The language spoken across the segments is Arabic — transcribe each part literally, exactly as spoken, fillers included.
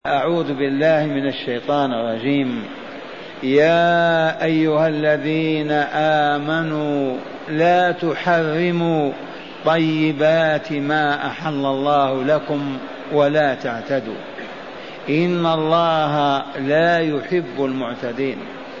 أعوذ بالله من الشيطان الرجيم. يا أيها الذين آمنوا لا تحرموا طيبات ما أحل الله لكم ولا تعتدوا إن الله لا يحب المعتدين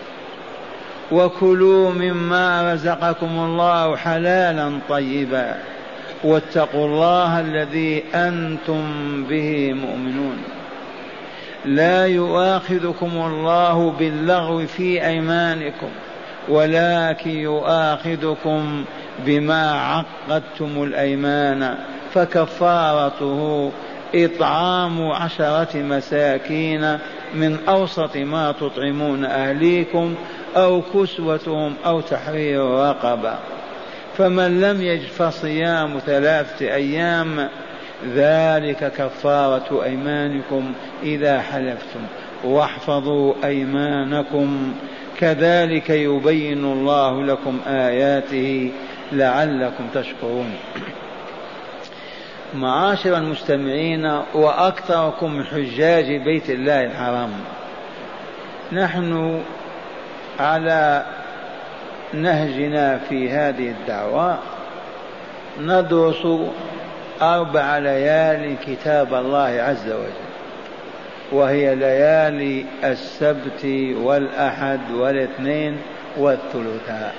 وكلوا مما رزقكم الله حلالا طيبا واتقوا الله الذي أنتم به مؤمنون. لا يؤاخذكم الله باللغو في أيمانكم ولكن يؤاخذكم بما عقدتم الأيمان فكفارته إطعام عشرة مساكين من أوسط ما تطعمون أهليكم أو كسوتهم أو تحرير رقبة، فمن لم يجد فصيام ثلاثة أيام ذلك كفارة أيمانكم إذا حلفتم واحفظوا أيمانكم كذلك يبين الله لكم آياته لعلكم تشكرون. معاشر المستمعين وأكثركم حجاج بيت الله الحرام، نحن على نهجنا في هذه الدعوة ندرس أربع ليالي كتاب الله عز وجل، وهي ليالي السبت والأحد والاثنين والثلاثاء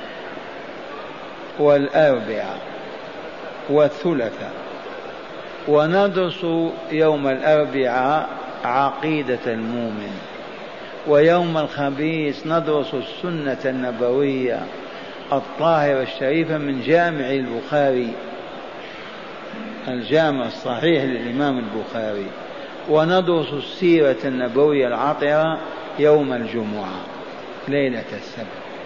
والأربعاء والثلاثاء، وندرس يوم الأربعاء عقيدة المؤمن، ويوم الخميس ندرس السنة النبوية الطاهرة الشريفة من جامع البخاري، الجامع الصحيح للإمام البخاري، وندرس السيرة النبوية العطرة يوم الجمعة ليلة السبت.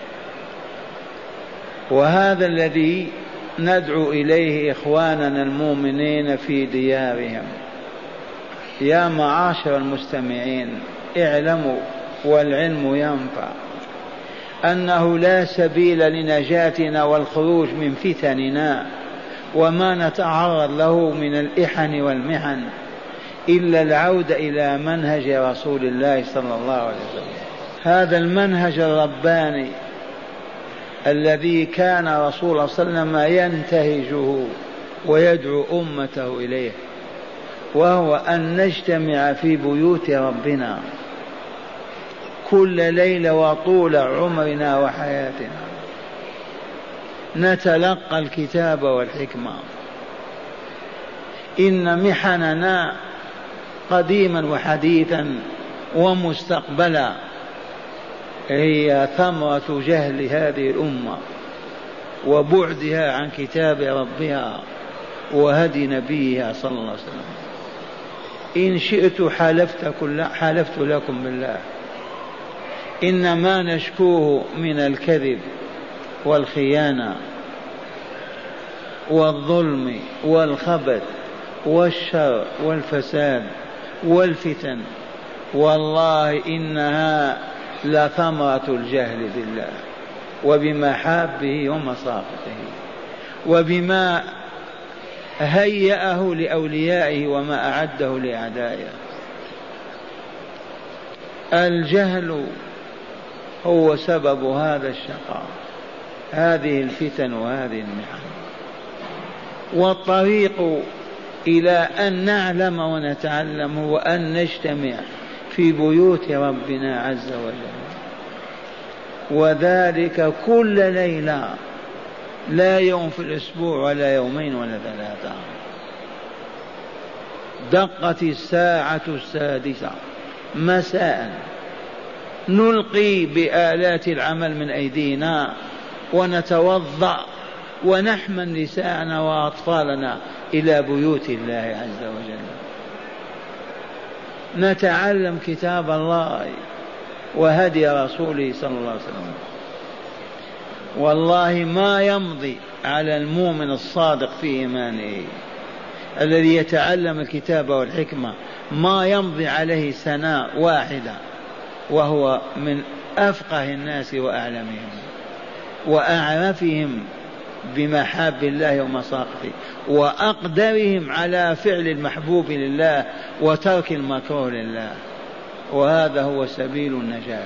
وهذا الذي ندعو إليه إخواننا المؤمنين في ديارهم. يا معاشر المستمعين اعلموا والعلم ينفع أنه لا سبيل لنجاتنا والخروج من فتننا وما نتعرض له من الإحن والمحن إلا العودة إلى منهج رسول الله صلى الله عليه وسلم، هذا المنهج الرباني الذي كان رسول الله صلى الله عليه وسلم ينتهجه ويدعو أمته إليه، وهو أن نجتمع في بيوت ربنا كل ليلة وطول عمرنا وحياتنا نتلقى الكتاب والحكمة. إن محننا قديما وحديثا ومستقبلا هي ثمرة جهل هذه الأمة وبعدها عن كتاب ربها وهدي نبيها صلى الله عليه وسلم. إن شئت حلفت, كل حلفت لكم بالله إن ما نشكوه من الكذب والخيانة والظلم والخبث والشر والفساد والفتن والله إنها لثمرة الجهل بالله وبمحابه ومصافته وبما هيأه لأوليائه وما أعده لأعدائه. الجهل هو سبب هذا الشقاء، هذه الفتن وهذه المحن. والطريق إلى أن نعلم ونتعلم هو أن نجتمع في بيوت ربنا عز وجل، وذلك كل ليلة، لا يوم في الأسبوع ولا يومين ولا ثلاثة. دقت الساعة السادسة مساء نلقي بآلات العمل من أيدينا ونتوضأ ونحمل نساءنا وأطفالنا إلى بيوت الله عز وجل، نتعلم كتاب الله وهدي رسوله صلى الله عليه وسلم. والله ما يمضي على المؤمن الصادق في إيمانه الذي يتعلم الكتاب والحكمة ما يمضي عليه سنة واحدة وهو من أفقه الناس وأعلمهم وأعرفهم بمحاب الله ومساقطه وأقدرهم على فعل المحبوب لله وترك المكروه لله، وهذا هو سبيل النجاة.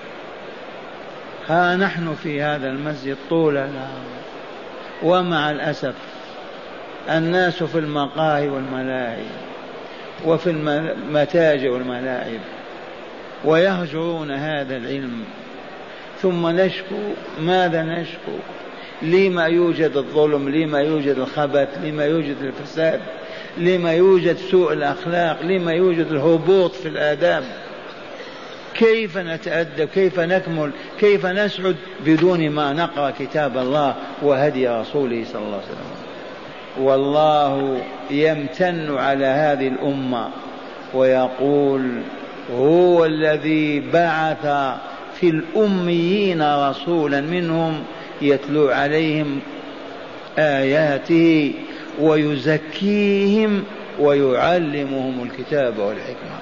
ها نحن في هذا المسجد طول العام، ومع الأسف الناس في المقاهي والملاهي وفي المتاجر والملاعب ويهجرون هذا العلم. ثم نشكو، ماذا نشكو؟ لما يوجد الظلم، لما يوجد الخبث، لما يوجد الفساد، لما يوجد سوء الأخلاق، لما يوجد الهبوط في الآداب. كيف نتأدب؟ كيف نكمل؟ كيف نسعد بدون ما نقرأ كتاب الله وهدي رسوله صلى الله عليه وسلم؟ والله يمتن على هذه الأمة ويقول هو الذي بعث في الأميين رسولا منهم يتلو عليهم آياته ويزكيهم ويعلمهم الكتاب والحكمة.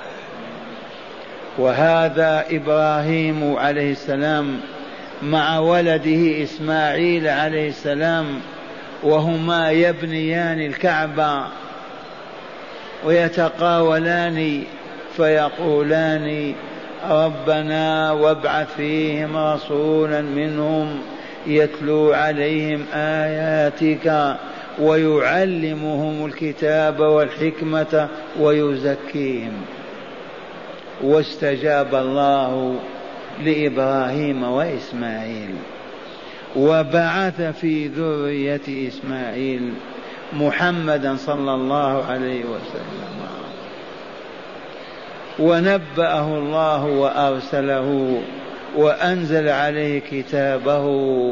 وهذا إبراهيم عليه السلام مع ولده إسماعيل عليه السلام وهما يبنيان الكعبة ويتقاولان فيقولان ربنا وابعث فيهم رسولا منهم يتلو عليهم آياتك ويعلمهم الكتاب والحكمة ويزكيهم. واستجاب الله لإبراهيم وإسماعيل وبعث في ذرية إسماعيل محمدا صلى الله عليه وسلم ونبأه الله وأرسله وأنزل عليه كتابه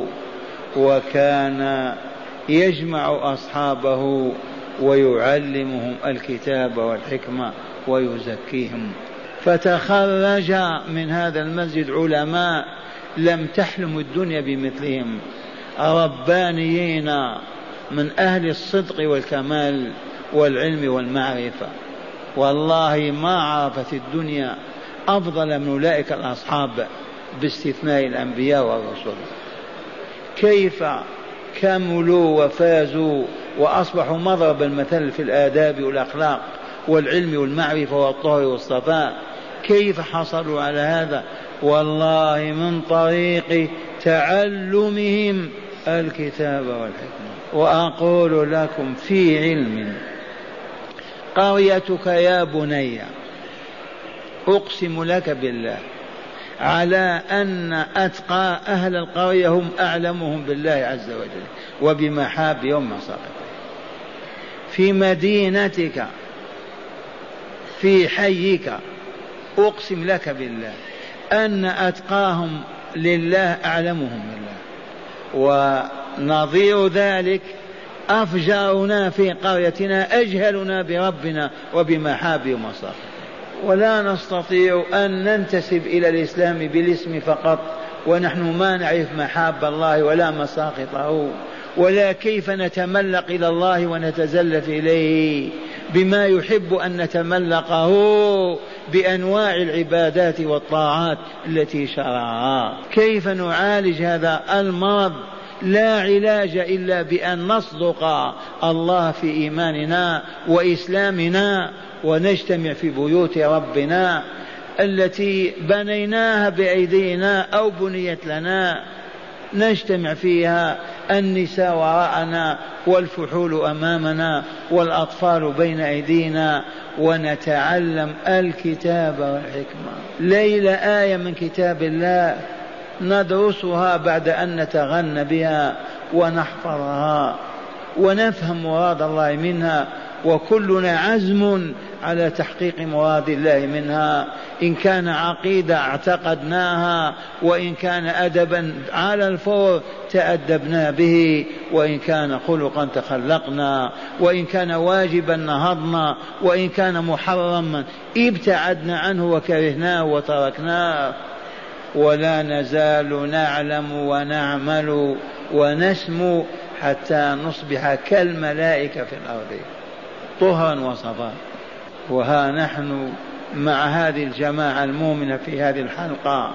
وكان يجمع أصحابه ويعلمهم الكتاب والحكمة ويزكيهم. فتخرج من هذا المسجد علماء لم تحلم الدنيا بمثلهم، ربانيين من أهل الصدق والكمال والعلم والمعرفة. والله ما عرفت الدنيا أفضل من أولئك الأصحاب باستثناء الأنبياء والرسل. كيف كملوا وفازوا وأصبحوا مضرب المثل في الآداب والأخلاق والعلم والمعرفة والطهر والصفاء. كيف حصلوا على هذا؟ والله من طريق تعلمهم الكتاب والحكمة. وأقول لكم في علم قريتك يا بني أقسم لك بالله على أن أتقى أهل القرية هم أعلمهم بالله عز وجل وبمحاب يوم مساقطه. في مدينتك في حيك أقسم لك بالله أن أتقاهم لله أعلمهم بالله. ونظير ذلك أفجرنا في قريتنا أجهلنا بربنا وبمحاب ومصاقب. ولا نستطيع أن ننتسب إلى الإسلام بالاسم فقط ونحن ما نعرف محاب الله ولا مساقطه، ولا كيف نتملق إلى الله ونتزلف إليه بما يحب أن نتملقه بأنواع العبادات والطاعات التي شرعها. كيف نعالج هذا المرض؟ لا علاج إلا بأن نصدق الله في إيماننا وإسلامنا ونجتمع في بيوت ربنا التي بنيناها بأيدينا أو بنيت لنا، نجتمع فيها النساء وراءنا والفحول أمامنا والأطفال بين أيدينا ونتعلم الكتاب والحكمة. ليلة آية من كتاب الله ندرسها بعد أن نتغنى بها ونحفظها ونفهم مراد الله منها، وكلنا عزم على تحقيق مراد الله منها. إن كان عقيدة اعتقدناها، وإن كان أدبا على الفور تأدبنا به، وإن كان خلقا تخلقنا، وإن كان واجبا نهضنا، وإن كان محرما ابتعدنا عنه وكرهناه وتركناه. ولا نزال نعلم ونعمل ونسمو حتى نصبح كالملائكة في الأرض طهرا وصفا. وها نحن مع هذه الجماعة المؤمنة في هذه الحلقة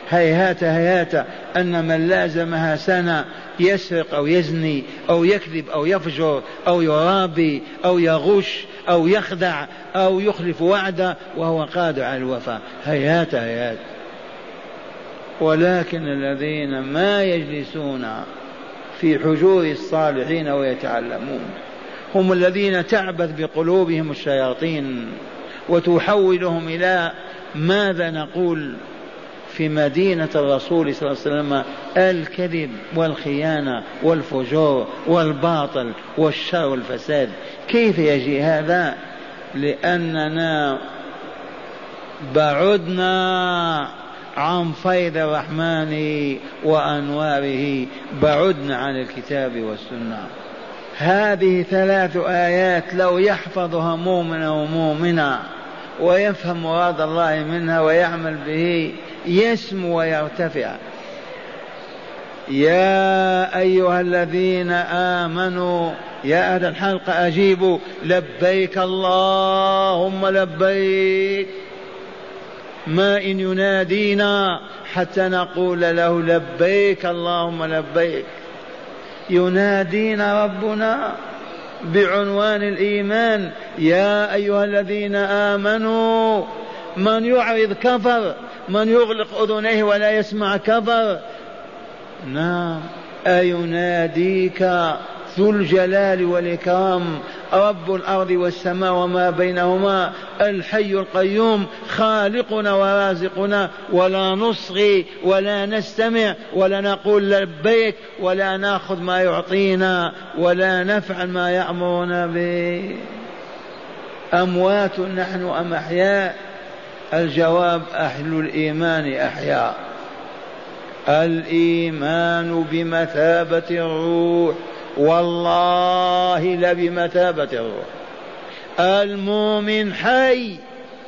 هيهات هيهات أن من لازمها سنة يسرق أو يزني أو يكذب أو يفجر أو يرابي أو يغش أو يخدع أو يخلف وعده وهو قادر على الوفاء. هيهات هيهات. ولكن الذين ما يجلسون في حجور الصالحين ويتعلمون هم الذين تعبث بقلوبهم الشياطين وتحولهم إلى ماذا نقول في مدينة الرسول صلى الله عليه وسلم؟ الكذب والخيانة والفجور والباطل والشر والفساد. كيف يجي هذا؟ لأننا بعدنا عن فيض الرحمن وأنواره، بعدنا عن الكتاب والسنة. هذه ثلاث آيات لو يحفظها مؤمن ومؤمنة ويفهم مراد الله منها ويعمل به يسمو ويرتفع. يا أيها الذين آمنوا يا أهل الحلقة أجيبوا لبيك اللهم لبيك. ما إن ينادينا حتى نقول له لبيك اللهم لبيك. ينادينا ربنا بعنوان الإيمان يا أيها الذين آمنوا. من يعرض كفر، من يغلق أذنيه ولا يسمع كفر. نعم أيناديك ذو الجلال والإكرام رب الأرض والسماء وما بينهما الحي القيوم خالقنا ورازقنا، ولا نصغي ولا نستمع ولا نقول لبيك ولا نأخذ ما يعطينا ولا نفعل ما يأمرنا به. أموات نحن أم أحياء؟ الجواب أهل الإيمان أحياء. الإيمان بمثابة الروح، والله لبمثابة الروح. المؤمن حي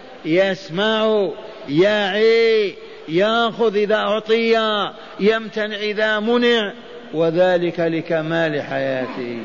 يسمع يعي يأخذ إذا أعطي يمتنع إذا منع، وذلك لكمال حياته.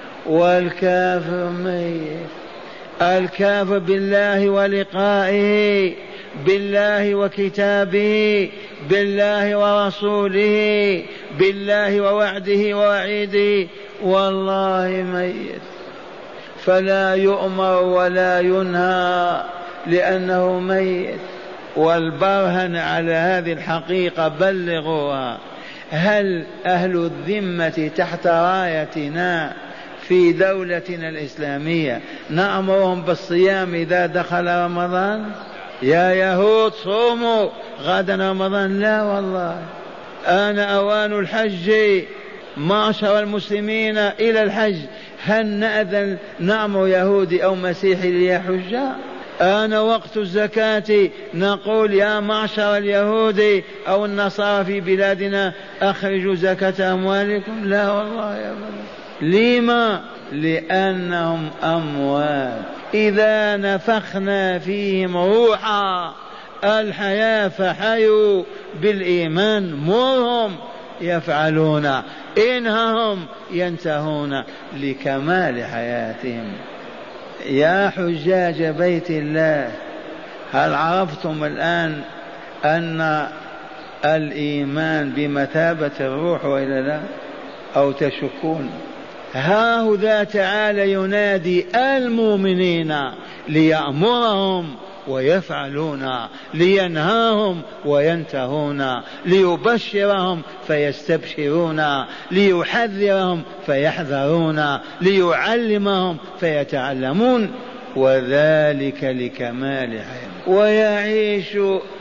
والكافر ميت. الكافر بالله ولقائه، بالله وكتابه، بالله ورسوله، بالله ووعده ووعيده، والله ميت. فلا يؤمر ولا ينهى لأنه ميت. والبرهن على هذه الحقيقة بلغوها. هل أهل الذمة تحت رايتنا في دولتنا الإسلامية نأمرهم بالصيام إذا دخل رمضان؟ يا يهود صوموا غدا رمضان. لا والله. آن أوان الحج معشر المسلمين إلى الحج. هل نأذن نأمر يهودي أو مسيحي ليحج؟ آن وقت الزكاة نقول يا معشر اليهود أو النصارى في بلادنا أخرجوا زكاة أموالكم؟ لا والله يا بلد. لما؟ لأنهم أموات. إذا نفخنا فيهم روحا الحياة فحيوا بالإيمان. مرهم يفعلون، إنهم ينتهون لكمال حياتهم. يا حجاج بيت الله، هل عرفتم الآن أن الإيمان بمثابة الروح وإلا لا؟ أو تشكون؟ ها هذا تعالى ينادي المؤمنين ليأمرهم ويفعلون، لينهاهم وينتهون، ليبشرهم فيستبشرون، ليحذرهم فيحذرون، ليعلمهم فيتعلمون، وذلك لكمال حياة. ويعيش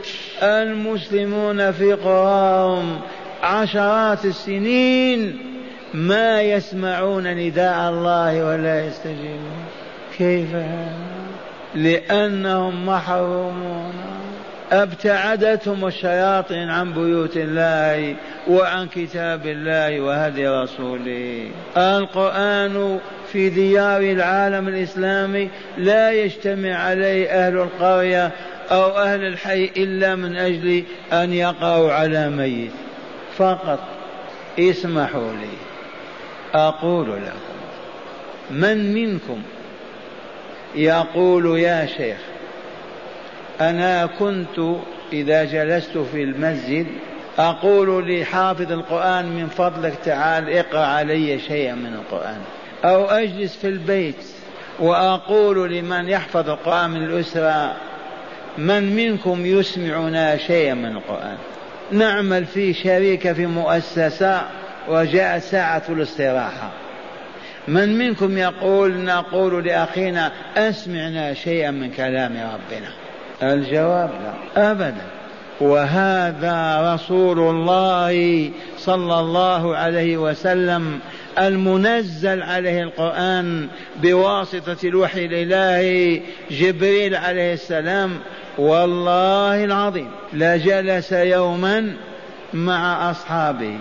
المسلمون في قراهم عشرات السنين ما يسمعون نداء الله ولا يستجيبون. كيف هذا؟ لأنهم محرومون. ابتعدتهم الشياطين عن بيوت الله وعن كتاب الله وهدي رسوله. القرآن في ديار العالم الإسلامي لا يجتمع عليه أهل القرية أو أهل الحي إلا من أجل أن يقعوا على ميت فقط. اسمحوا لي أقول لكم، من منكم يقول يا شيخ أنا كنت إذا جلست في المسجد أقول لحافظ القرآن من فضلك تعال اقرأ علي شيئا من القرآن، أو أجلس في البيت وأقول لمن يحفظ القرآن من الأسرة من منكم يسمعنا شيئا من القرآن. نعمل في شركة في مؤسسة وجاء ساعة الاستراحة، من منكم يقول نقول لأخينا أسمعنا شيئا من كلام ربنا؟ الجواب لا أبدا. وهذا رسول الله صلى الله عليه وسلم المنزل عليه القرآن بواسطة الوحي الإلهي جبريل عليه السلام، والله العظيم لجلس يوما مع أصحابه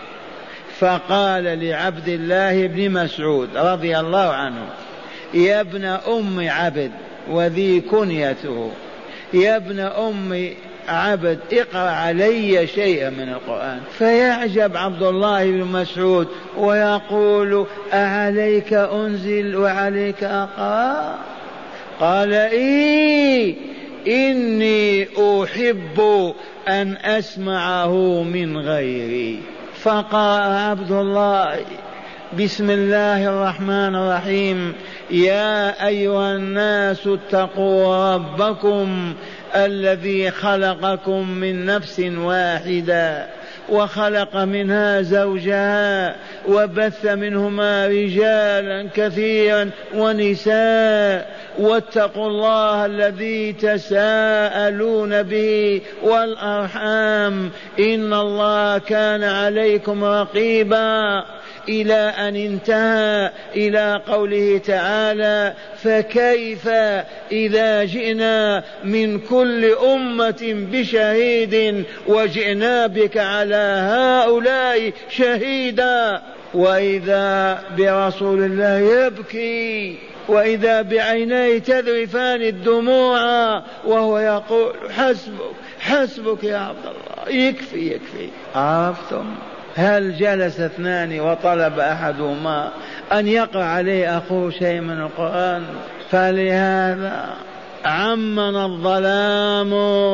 فقال لعبد الله بن مسعود رضي الله عنه: يا ابن أم عبد، وذي كنيته، يا ابن أم عبد اقرأ علي شيئا من القرآن. فيعجب عبد الله بن مسعود ويقول: أعليك أنزل وعليك أقرأ؟ قال: إيه إني أحب أن أسمعه من غيري. فقال عبد الله: بسم الله الرحمن الرحيم، يا أيها الناس اتقوا ربكم الذي خلقكم من نفس واحدة وخلق منها زوجها وبث منهما رجالا كثيرا ونساء، واتقوا الله الذي تساءلون به والأرحام إن الله كان عليكم رقيبا، إلى أن انتهى إلى قوله تعالى: فكيف إذا جئنا من كل أمة بشهيد وجئنا بك على هؤلاء شهيدا. وإذا برسول الله يبكي وإذا بعينيه تذرفان الدموع وهو يقول: حسبك حسبك يا عبد الله، يكفي يكفي. عرفتم؟ هل جلس اثنان وطلب أحدهما أن يقرأ عليه أخوه شيء من القرآن؟ فلهذا عمنا الظلام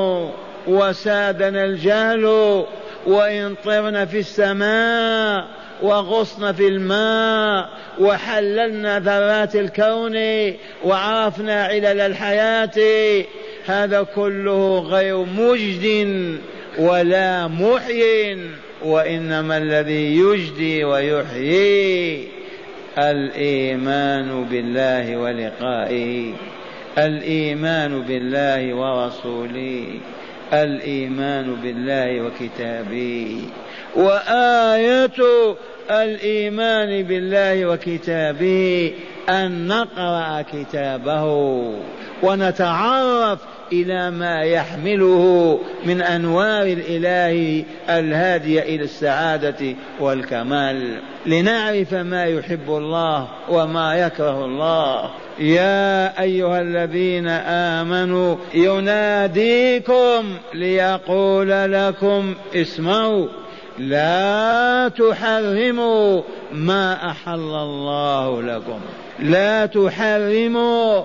وسادنا الجهل، وإن طرنا في السماء وغصنا في الماء وحللنا ذرات الكون وعرفنا علل الحياة، هذا كله غير مجد ولا محي، وإنما الذي يجدي ويحيي الإيمان بالله ولقائه، الإيمان بالله ورسوله، الإيمان بالله وكتابه. وآية الإيمان بالله وكتابه أن نقرأ كتابه ونتعرف إلى ما يحمله من أنوار الإله الهادية إلى السعادة والكمال، لنعرف ما يحب الله وما يكره الله. يا أيها الذين آمنوا يناديكم ليقول لكم اسمعوا لا تحرموا ما أحل الله لكم، لا تحرموا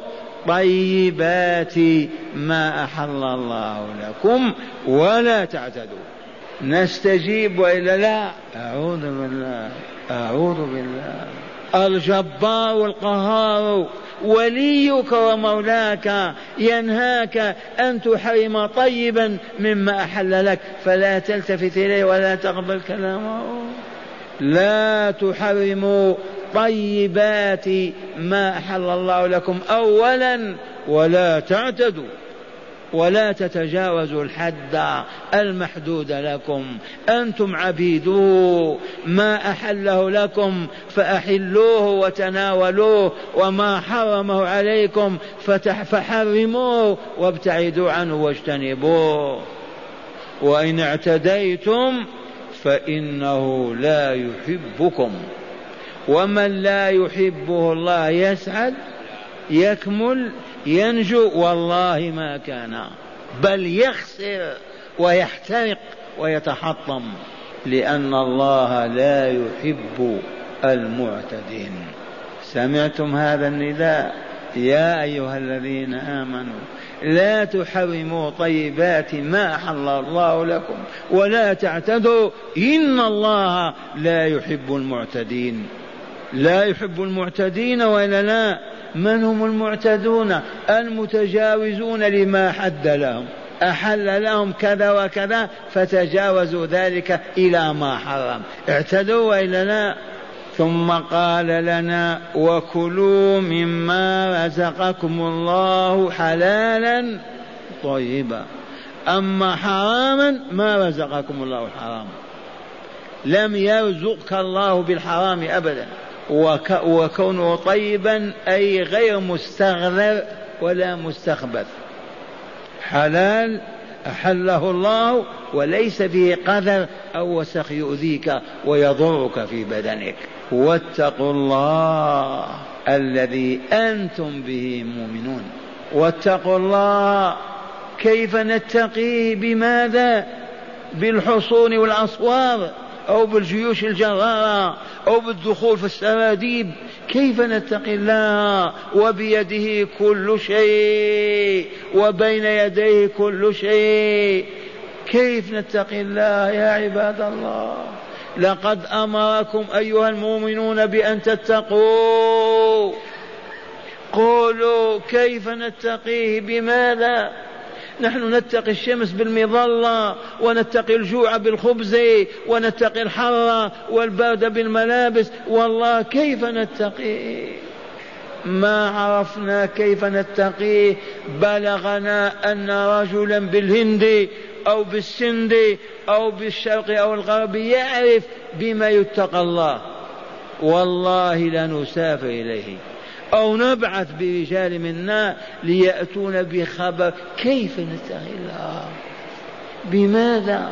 طيبات ما أحل الله لكم ولا تعتدوا. نستجيب وإلا لا؟ أعوذ بالله أعوذ بالله. الجبار القهار وليك ومولاك ينهاك أن تحرم طيبا مما أحل لك، فلا تلتفت إليه ولا تقبل كلامه. لا تحرموا طيبات ما أحل الله لكم أولا، ولا تعتدوا ولا تتجاوزوا الحد المحدود لكم. أنتم عبيدوه، ما أحله لكم فأحلوه وتناولوه، وما حرمه عليكم فحرموه وابتعدوا عنه واجتنبوه. وإن اعتديتم فإنه لا يحبكم، ومن لا يحبه الله يسعد يكمل ينجو والله ما كان، بل يخسر ويحترق ويتحطم، لأن الله لا يحب المعتدين. سمعتم هذا النداء؟ يا أيها الذين آمنوا لا تحرموا طيبات ما أحل الله لكم ولا تعتدوا إن الله لا يحب المعتدين. لا يحب المعتدين وإلا لا؟ من هم المعتدون؟ المتجاوزون لما حد لهم، أحل لهم كذا وكذا فتجاوزوا ذلك إلى ما حرم، اعتدوا وإلا لا؟ ثم قال لنا وكلوا مما رزقكم الله حلالا طيبا. أما حراما ما رزقكم الله الحرام، لم يرزقك الله بالحرام أبدا. وك وكونه طيبا أي غير مستغذر ولا مستخبث، حلال أحله الله وليس فيه قذر أو وسخ يؤذيك ويضرك في بدنك. واتقوا الله الذي أنتم به مؤمنون. واتقوا الله كيف نتقيه؟ بماذا؟ بالحصون والأسوار أو بالجيوش الجرارة أو بالدخول في السراديب. كيف نتقي الله وبيده كل شيء وبين يديه كل شيء؟ كيف نتقي الله يا عباد الله؟ لقد أمركم أيها المؤمنون بأن تتقوا. قولوا كيف نتقيه؟ بماذا؟ نحن نتقي الشمس بالمظلة، ونتقي الجوع بالخبز، ونتقي الحر والبرد بالملابس، والله كيف نتقيه؟ ما عرفنا كيف نتقيه. بلغنا أن رجلا بالهند أو بالسند أو بالشرق أو الغرب يعرف بما يتقى الله، والله لنسافر إليه أو نبعث برجال منا ليأتون بخبر كيف نتقي الله. بماذا؟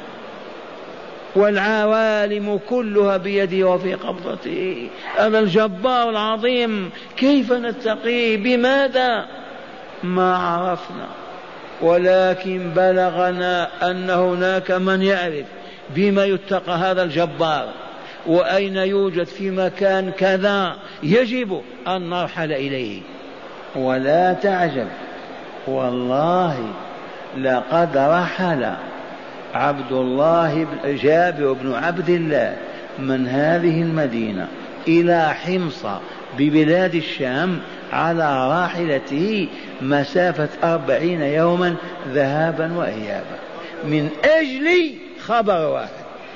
والعوالم كلها بيده وفي قبضته، هذا الجبار العظيم كيف نتقيه؟ بماذا؟ ما عرفنا. ولكن بلغنا أن هناك من يعرف بما يتقى هذا الجبار، وأين يوجد في مكان كذا، يجب أن نرحل إليه. ولا تعجب والله لقد رحل عبد الله جابر بن عبد الله من هذه المدينة إلى حمص ببلاد الشام على راحلته مسافة أربعين يوما ذهابا وإيابا من أجل خبر واحد.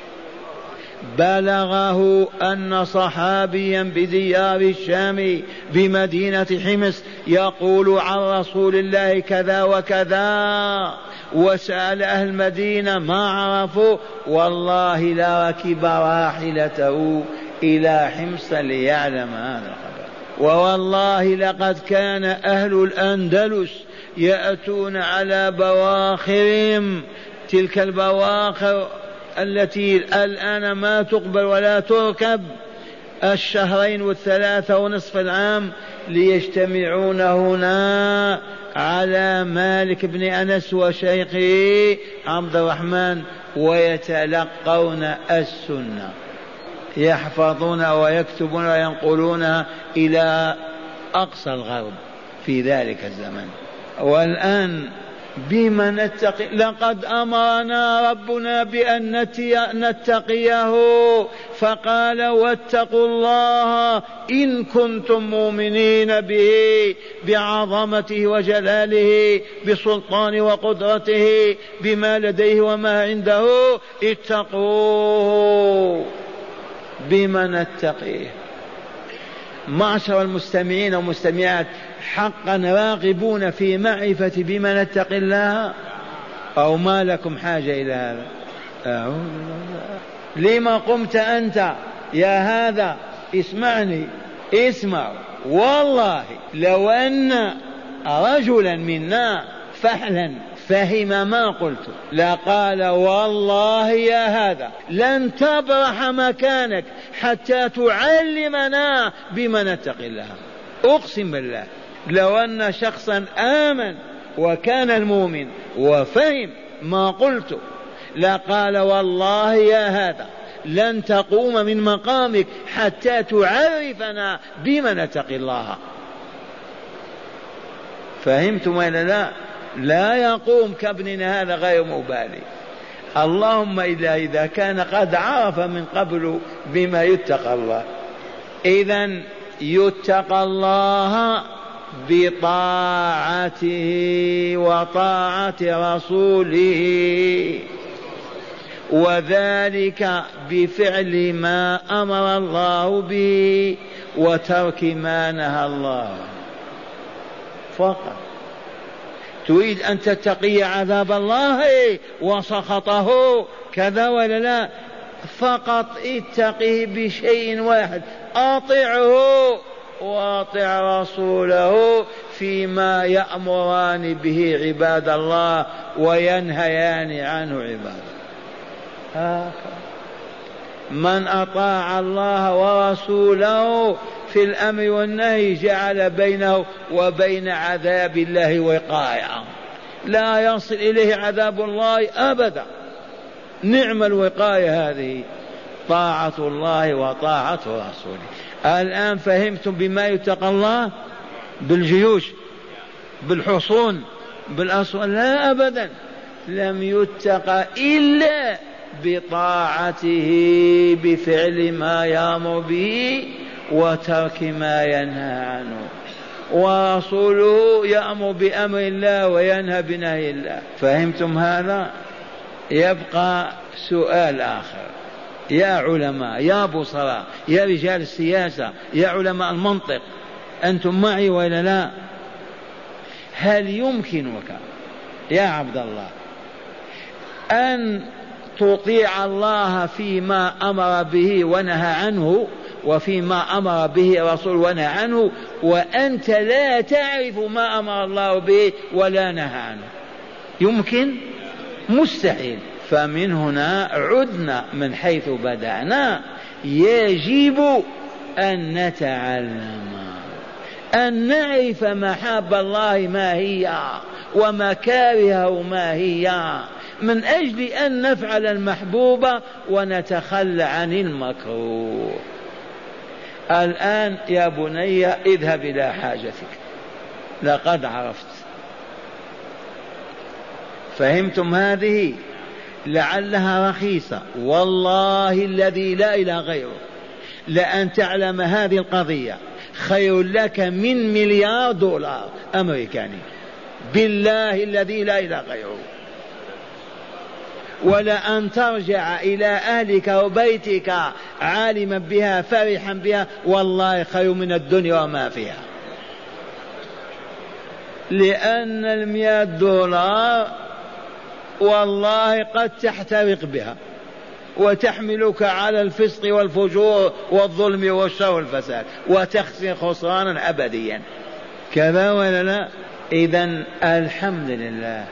بلغه أن صحابيا بديار الشام بمدينة حمص يقول عن رسول الله كذا وكذا، وسأل أهل المدينة ما عرفوا، والله لا ركب راحلته إلى حمص ليعلم هذا الخبر. ووالله لقد كان أهل الأندلس يأتون على بواخرهم، تلك البواخر التي الآن ما تقبل ولا تركب، الشهرين والثلاثة ونصف العام، ليجتمعون هنا على مالك بن أنس وشيخه عبد الرحمن ويتلقون السنة، يحفظون ويكتبون وينقلونها إلى أقصى الغرب في ذلك الزمن. والآن بما نتقي؟ لقد أمرنا ربنا بأن نتقيه، فقال واتقوا الله إن كنتم مؤمنين به بعظمته وجلاله بسلطان وقدرته بما لديه وما عنده، اتقوه. بما نتقيه؟ معشر المستمعين والمستمعات، حقا راغبون في معرفة بما نتقي الله أو ما لكم حاجة إلى هذا؟ أعوذ بالله. لما قمت أنت يا هذا؟ اسمعني، اسمع، والله لو أن رجلا منا فعلا فهم ما قلت لقال والله يا هذا لن تبرح مكانك حتى تعلمنا بما نتقي الله. أقسم بالله لو أن شخصا آمن وكان المؤمن وفهم ما قلت لقال والله يا هذا لن تقوم من مقامك حتى تعرفنا بما نتقي الله. فهمتم ولا لا؟ لا يقوم كابننا هذا غير مبالي، اللهم إلا إذا كان قد عرف من قبل بما يتقى الله. إذن يتقى الله بطاعته وطاعة رسوله، وذلك بفعل ما أمر الله به وترك ما نهى الله فقط. تريد أن تتقي عذاب الله وسخطه كذا ولا لا؟ فقط اتقه بشيء واحد، أطعه واطع رسوله فيما يأمران به عباد الله وينهيان عنه عباد الله. من أطاع الله ورسوله في الأمر والنهي جعل بينه وبين عذاب الله وقاية، لا يصل إليه عذاب الله أبدا. نعم الوقاية هذه، طاعة الله وطاعة رسوله. الآن فهمتم بما يتقى الله؟ بالجيوش، بالحصون، بالأسوار؟ لا أبدا، لم يتقى إلا بطاعته بفعل ما يأمر به وترك ما ينهى عنه، ورسوله يأمر بأمر الله وينهى بنهي الله. فهمتم هذا؟ يبقى سؤال آخر، يا علماء، يا بصراء، يا رجال السياسة، يا علماء المنطق، أنتم معي ولا لا؟ هل يمكنك يا عبد الله أن تطيع الله فيما أمر به ونهى عنه وفيما أمر به رسول ونهى عنه وأنت لا تعرف ما أمر الله به ولا نهى عنه؟ يمكن؟ مستحيل. فمن هنا عدنا من حيث بدأنا، يجب أن نتعلم، أن نعرف محاب الله ما هي ومكارهه ما هي، من أجل أن نفعل المحبوب ونتخلى عن المكروه. الآن يا بني اذهب إلى حاجتك، لقد عرفت. فهمتم هذه؟ لعلها رخيصة، والله الذي لا إله غيره لأن تعلم هذه القضية خير لك من مليار دولار أمريكاني، بالله الذي لا إله غيره. ولأن ترجع إلى أهلك وبيتك عالما بها فرحا بها، والله خير من الدنيا وما فيها. لأن المئة دولار والله قد تحترق بها وتحملك على الفسق والفجور والظلم والشر والفساد وتخسر خسرانا أبديا، كذا ولا لا؟ إذن الحمد لله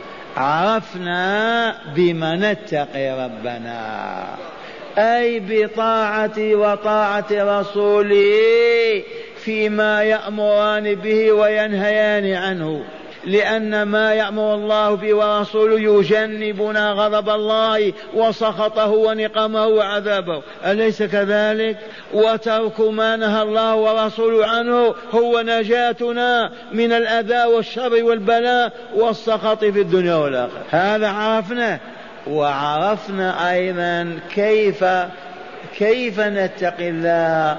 عرفنا بما نتقي ربنا، أي بطاعة وطاعة رسوله فيما يأمران به وينهيان عنه، لأن ما يأمر الله به ورسوله يجنبنا غضب الله وسخطه ونقمه وعذابه، أليس كذلك؟ وترك ما نهى الله ورسوله عنه هو نجاتنا من الأذى والشر والبلاء والسخط في الدنيا والآخرة. هذا عرفنا. وعرفنا أيضا كيف كيف نتقي الله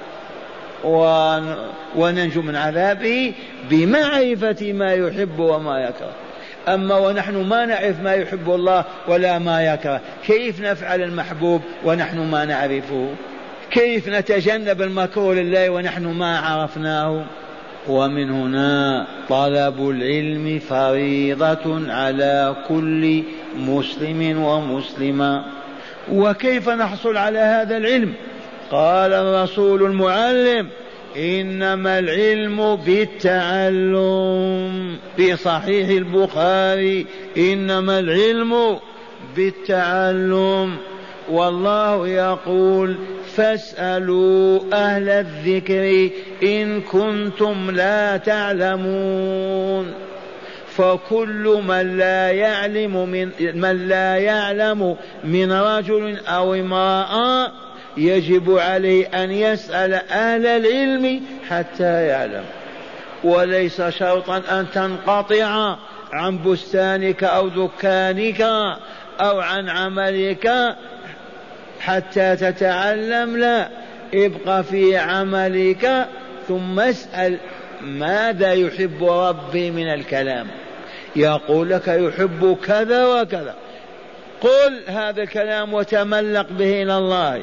وننجو من عذابه، بمعرفة ما يحب وما يكره. أما ونحن ما نعرف ما يحب الله ولا ما يكره، كيف نفعل المحبوب ونحن ما نعرفه؟ كيف نتجنب المكروه لله ونحن ما عرفناه؟ ومن هنا طلب العلم فريضة على كل مسلم ومسلمة. وكيف نحصل على هذا العلم؟ قال الرسول المعلم: إنما العلم بالتعلم. في صحيح البخاري: إنما العلم بالتعلم. والله يقول: فاسألوا أهل الذكر إن كنتم لا تعلمون. فكل من لا يعلم من, من لا يعلم من رجل أو امرأة يجب عليه أن يسأل أهل العلم حتى يعلم. وليس شرطا أن تنقطع عن بستانك أو دكانك أو عن عملك حتى تتعلم، لا، ابق في عملك ثم اسأل ماذا يحب ربي من الكلام. يقول لك يحب كذا وكذا، قل هذا الكلام وتملق به إلى الله.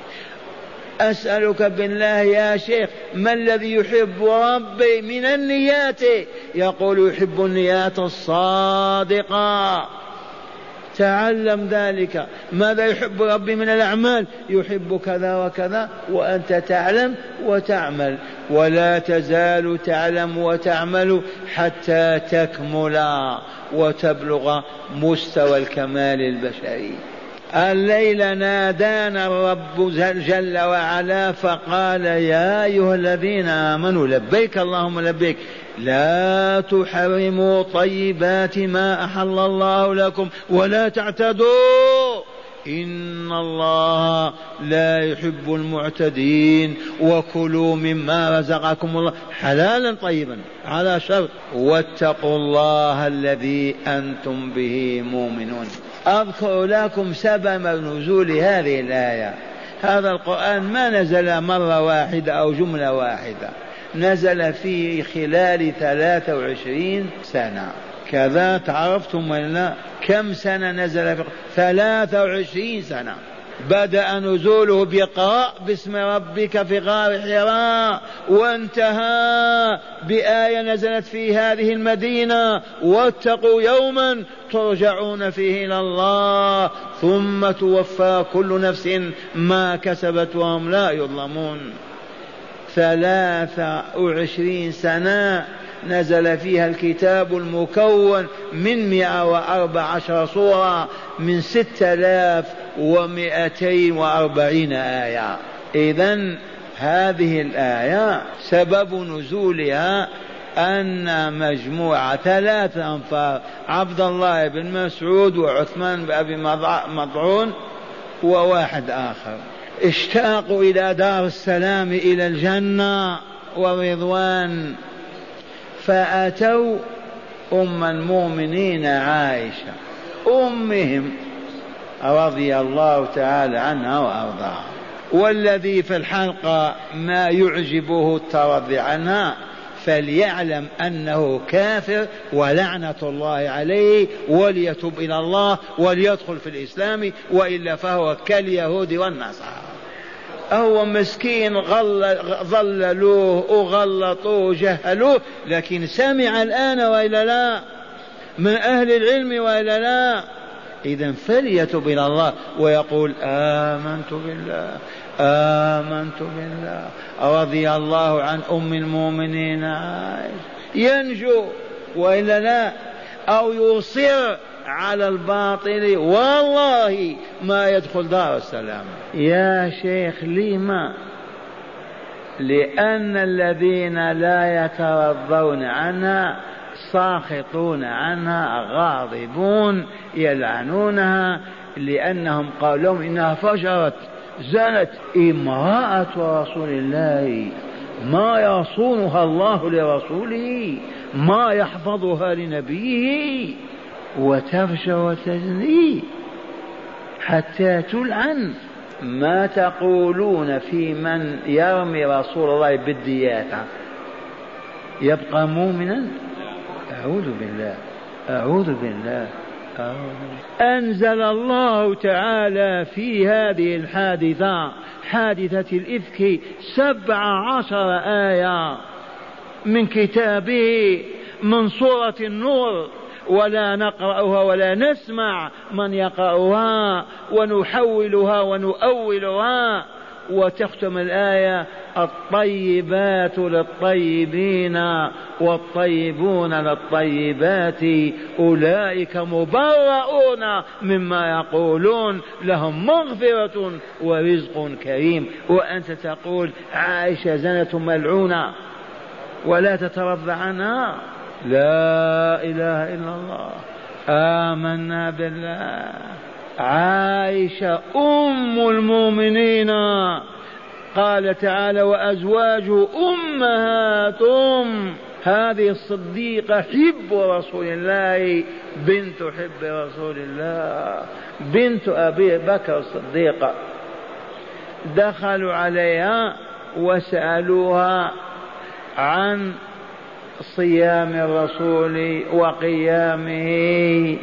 أسألك بالله يا شيخ ما الذي يحب ربي من النيات؟ يقول يحب النيات الصادقة، تعلم ذلك. ماذا يحب ربي من الأعمال؟ يحب كذا وكذا، وأنت تعلم وتعمل، ولا تزال تعلم وتعمل حتى تكمل وتبلغ مستوى الكمال البشري. الليل نادانا الرب جل وعلا فقال يا أيها الذين آمنوا لبيك اللهم لبيك لا تحرموا طيبات ما أحل الله لكم ولا تعتدوا إن الله لا يحب المعتدين وكلوا مما رزقكم الله حلالا طيبا على شرط واتقوا الله الذي أنتم به مؤمنون. أذكر لكم سبب نزول هذه الآية. هذا القرآن ما نزل مرة واحدة أو جملة واحدة، نزل في خلال ثلاثة وعشرين سنة. كذا تعرفتم ولا كم سنة نزل في ثلاثة وعشرين سنة. بدأ نزوله بقراء باسم ربك في غار حراء، وانتهى بآية نزلت في هذه المدينة واتقوا يوما ترجعون فيه إلى الله ثم توفى كل نفس ما كسبت وهم لا يظلمون. ثلاثة وعشرين سنة نزل فيها الكتاب المكون من مئة وأربع عشر سورة من ستة آلاف ومئتين وأربعين آية. إذن هذه الآية سبب نزولها أن مجموعة ثلاثة أنفار عبد الله بن مسعود وعثمان بن أبي مطعون وواحد آخر اشتاقوا إلى دار السلام إلى الجنة والرضوان، فأتوا أم المؤمنين عائشة أمهم رضي الله تعالى عنها وأرضاها. والذي في الحلقة ما يعجبه الترضي عنها فليعلم أنه كافر ولعنة الله عليه وليتوب إلى الله وليدخل في الإسلام، وإلا فهو كاليهود والنصارى. هو مسكين ضللوه وغلطوه جهلوه، لكن سمع الآن وإلا لا من أهل العلم وإلا لا. إذن فليتوب إلى الله ويقول آمنت بالله آمنت بالله رضي الله عن أم المؤمنين عائشة، ينجو وإلا لا، أو يصر على الباطل والله ما يدخل دار السلام. يا شيخ لما؟ لأن الذين لا يترضون عنها ساخطون عنها غاضبون يلعنونها، لأنهم قالوا لهم إنها فجرت زنت امرأة رسول الله، ما يصونها الله لرسوله، ما يحفظها لنبيه، وتفجر وتزني حتى تلعن. ما تقولون في من يرمي رسول الله بالدياثة يبقى مؤمنا؟ أعوذ بالله أعوذ بالله أعوذ بالله. أنزل الله تعالى في هذه الحادثة حادثة الإفك سبع عشر آية من كتابه من سورة النور، ولا نقرأها ولا نسمع من يقرأها ونحولها ونؤولها. وتختم الآية الطيبات للطيبين والطيبون للطيبات أولئك مبرؤون مما يقولون لهم مغفرة ورزق كريم. وأنت تقول عائشة زنة ملعونة ولا تترضى عنها؟ لا إله إلا الله آمنا بالله. عائشة أم المؤمنين قال تعالى وأزواج أمهاتهم هذه الصديقة حب رسول الله بنت حب رسول الله بنت أبي بكر الصديقة. دخلوا عليها وسألوها عن صيام الرسول وقيامه،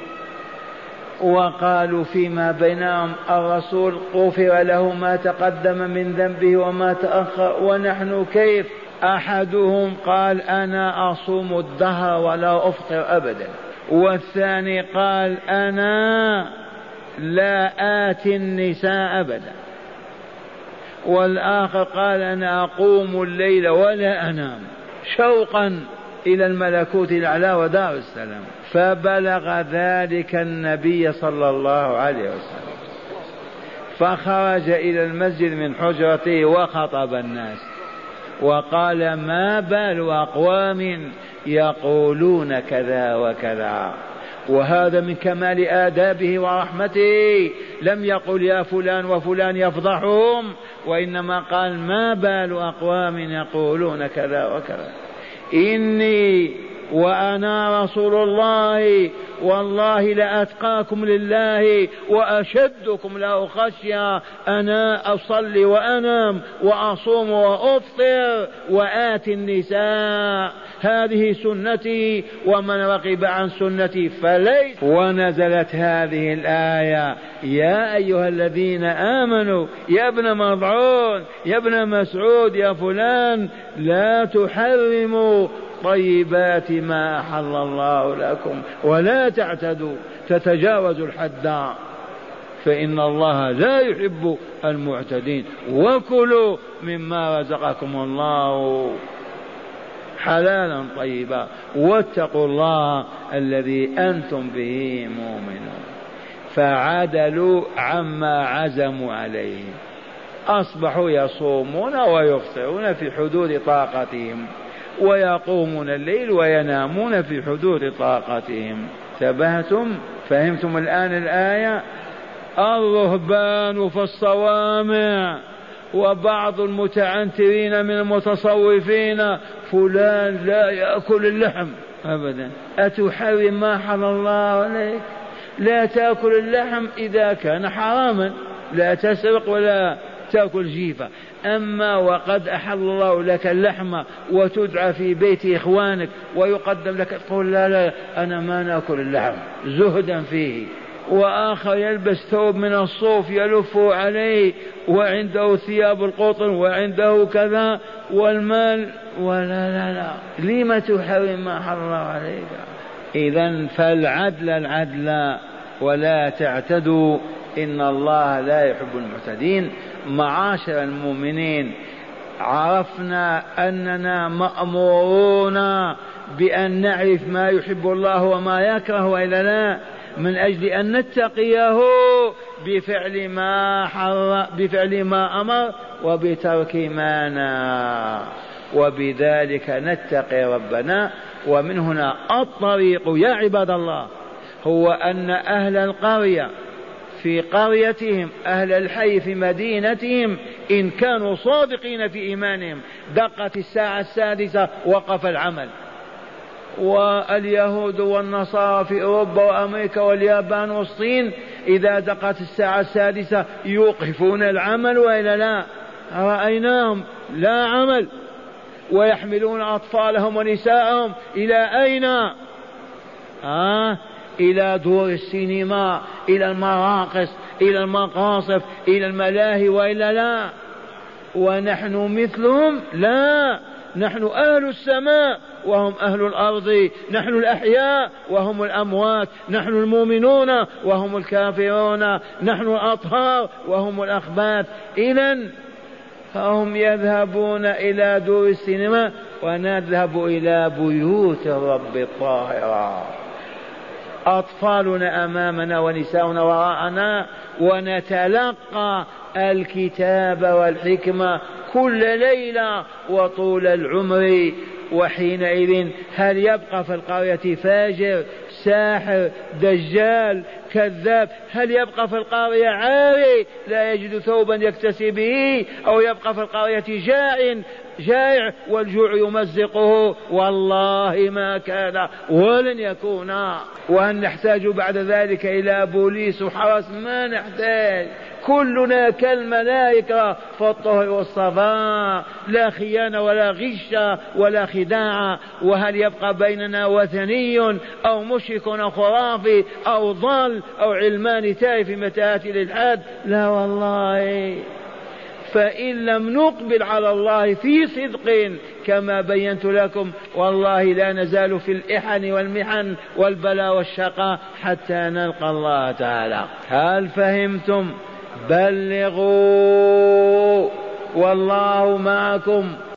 وقالوا فيما بينهم الرسول غفر له ما تقدم من ذنبه وما تأخر ونحن كيف؟ أحدهم قال أنا أصوم الدهر ولا أفطر أبدا، والثاني قال أنا لا آتي النساء أبدا، والآخر قال أنا أقوم الليل ولا أنام شوقا إلى الملكوت الأعلى ودار السلام. فبلغ ذلك النبي صلى الله عليه وسلم فخرج إلى المسجد من حجرته وخطب الناس وقال ما بال أقوام يقولون كذا وكذا. وهذا من كمال آدابه ورحمته، لم يقل يا فلان وفلان يفضحهم، وإنما قال ما بال أقوام يقولون كذا وكذا. إني وأنا رسول الله والله لأتقاكم لله وأشدكم له خشية، أنا أصلي وأنام وأصوم وأفطر وآتي النساء، هذه سنتي ومن رغب عن سنتي فليس. ونزلت هذه الآية يا أيها الذين آمنوا يا ابن مضعون يا ابن مسعود يا فلان لا تحرموا طيبات ما أحل الله لكم ولا تعتدوا تتجاوزوا الحد فإن الله لا يحب المعتدين، وكلوا مما رزقكم الله حلالا طيبا واتقوا الله الذي أنتم به مؤمنون. فعدلوا عما عزموا عليه، أصبحوا يصومون ويفطرون في حدود طاقتهم ويقومون الليل وينامون في حدود طاقتهم. تبهتم؟ فهمتم الآن الآية؟ الرهبان في الصوامع وبعض المتعنترين من المتصوفين فلان لا يأكل اللحم أبدا، أتحرم ما حرم الله عليك؟ لا تأكل اللحم إذا كان حراما، لا تسرق ولا تأكل جيفة. أما وقد أحل الله لك اللحم وتدعى في بيت إخوانك ويقدم لك تقول لا لا أنا ما نأكل اللحم زهدا فيه، وآخر يلبس ثوب من الصوف يلف عليه وعنده ثياب القطن وعنده كذا والمال ولا لا لا لما تحرم ما حرم الله عليك؟ إذن فالعدل العدل ولا تعتدوا إن الله لا يحب المعتدين. معاشر المؤمنين، عرفنا أننا مأمورون بأن نعرف ما يحب الله وما يكره وإلا لا، من أجل أن نتقيه بفعل ما حر بفعل ما أمر وبترك ما نهى، وبذلك نتقي ربنا. ومن هنا الطريق يا عباد الله هو أن أهل القرية في قريتهم أهل الحي في مدينتهم إن كانوا صادقين في إيمانهم دقت الساعة السادسة وقف العمل. واليهود والنصارى في أوروبا وأمريكا واليابان والصين إذا دقت الساعة السادسة يوقفون العمل وإلا لا؟ رأيناهم لا عمل، ويحملون أطفالهم ونساءهم إلى أين؟ آه إلى دور السينما، إلى المراقص، إلى المقاصف، إلى الملاهي وإلا لا؟ ونحن مثلهم؟ لا، نحن أهل السماء وهم أهل الأرض، نحن الأحياء وهم الأموات، نحن المؤمنون وهم الكافرون، نحن الأطهار وهم الأخباث. إذن فهم يذهبون إلى دور السينما ونذهب إلى بيوت الرب الطاهرة. أطفالنا أمامنا ونساؤنا وراءنا ونتلقى الكتاب والحكمة كل ليلة وطول العمر. وحينئذ هل يبقى في القرية فاجر ساحر دجال كذاب؟ هل يبقى في القرية عاري لا يجد ثوبا يكتسي به؟ أو يبقى في القرية جاع جائع والجوع يمزقه، والله ما كان ولن يكون. وهل نحتاج بعد ذلك إلى بوليس وحرس؟ ما نحتاج، كلنا كالملائكة في الطهر والصفاء، لا خيانة ولا غش ولا خداع. وهل يبقى بيننا وثني أو مشرك أو خرافي أو ضال أو علمان تائه في متاهات الإلحاد؟ لا والله. فإن لم نقبل على الله في صدق كما بينت لكم، والله لا نزال في الإحن والمحن والبلاء والشقاء حتى نلقى الله تعالى. هل فهمتم؟ بلغوا والله معكم.